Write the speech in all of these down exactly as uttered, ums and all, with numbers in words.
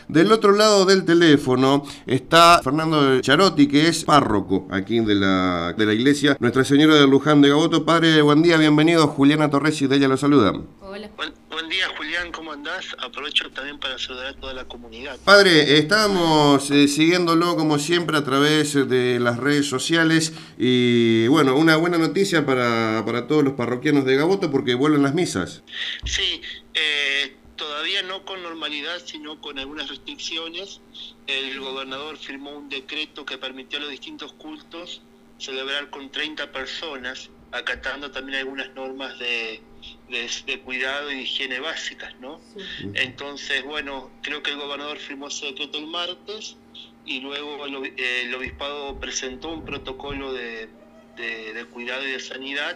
Del otro lado del teléfono está Fernando Charotti, que es párroco aquí de la, de la iglesia Nuestra Señora de Luján de Gaboto. Padre, buen día, bienvenido. Juliana Torres y de ella lo saludan. Hola. Buen, buen día, Julián, ¿cómo andás? Aprovecho también para saludar a toda la comunidad. Padre, estamos eh, siguiéndolo como siempre a través de las redes sociales y bueno, una buena noticia para, para todos los parroquianos de Gaboto porque vuelven las misas. Sí, eh, todavía no con normalidad, sino con algunas restricciones. El gobernador firmó un decreto que permitió a los distintos cultos celebrar con treinta personas, acatando también algunas normas de, de, de cuidado y de higiene básicas, ¿no? Sí. Entonces, bueno, creo que el gobernador firmó ese decreto el martes y luego el, eh, el obispado presentó un protocolo de, de, de cuidado y de sanidad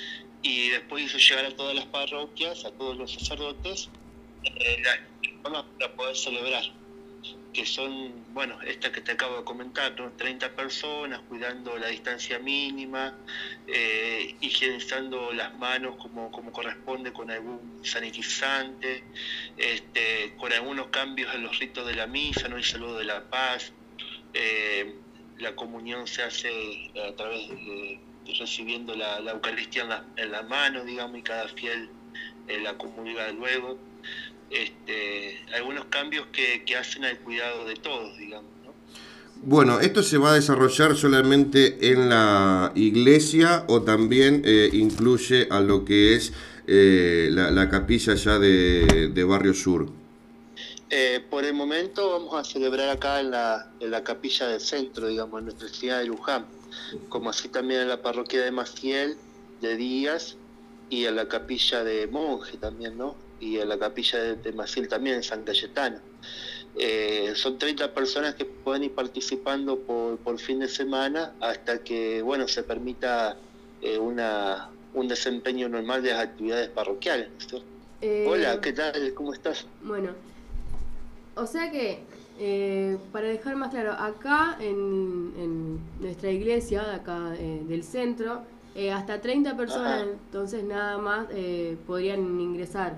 y después hizo llegar a todas las parroquias, a todos los sacerdotes, eh, las normas para poder celebrar, que son, bueno, esta que te acabo de comentar, ¿no? treinta personas, cuidando la distancia mínima, eh, higienizando las manos como, como corresponde con algún sanitizante, este, con algunos cambios en los ritos de la misa, ¿no? El saludo de la paz, eh, la comunión se hace a través de, de recibiendo la, la Eucaristía en la, en la mano, digamos, y cada fiel eh, la comulga luego. Este, algunos cambios que, que hacen al cuidado de todos, digamos, ¿no? Bueno, ¿esto se va a desarrollar solamente en la iglesia o también eh, incluye a lo que es eh, la, la capilla ya de, de Barrio Sur? Eh, por el momento vamos a celebrar acá en la, en la capilla del centro, digamos, en nuestra ciudad de Luján, como así también en la parroquia de Maciel, de Díaz, y en la capilla de Monje también, ¿no? Y en la capilla de, de Maciel también, en San Cayetano. Eh, son treinta personas que pueden ir participando por, por fin de semana hasta que, bueno, se permita eh, una, un desempeño normal de las actividades parroquiales, ¿no es cierto? Eh, Hola, ¿qué tal? ¿Cómo estás? Bueno, o sea que, eh, para dejar más claro, acá en, en nuestra iglesia, de acá eh, del centro, eh, hasta treinta personas, Ajá. entonces nada más eh, podrían ingresar.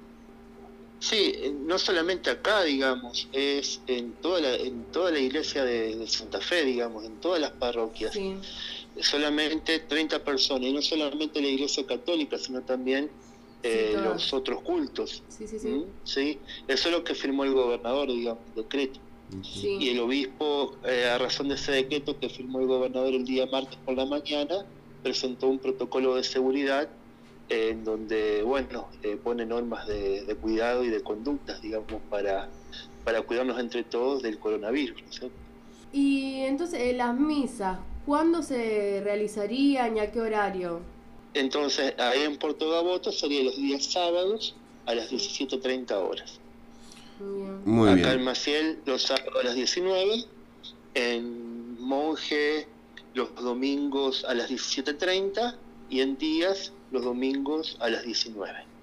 Sí, no solamente acá, digamos, es en toda la, en toda la iglesia de, de Santa Fe, digamos, en todas las parroquias. Sí. Solamente treinta personas, y no solamente la iglesia católica, sino también eh, sí, los otros cultos. Sí, sí, sí. ¿Mm? ¿Sí? Eso es lo que firmó el gobernador, digamos, el decreto. Sí. Y el obispo, eh, a razón de ese decreto que firmó el gobernador el día martes por la mañana, presentó un protocolo de seguridad en donde, bueno, eh, pone normas de, de cuidado y de conductas, digamos, para, para cuidarnos entre todos del coronavirus, ¿no? Y entonces, eh, las misas, ¿cuándo se realizarían y a qué horario? Entonces, ahí en Puerto Gaboto sería los días sábados a las diecisiete treinta horas. Bien. Muy Acá bien. en Maciel los sábados a las diecinueve, en Monje los domingos a las diecisiete treinta y en Díaz los domingos a las diecinueve.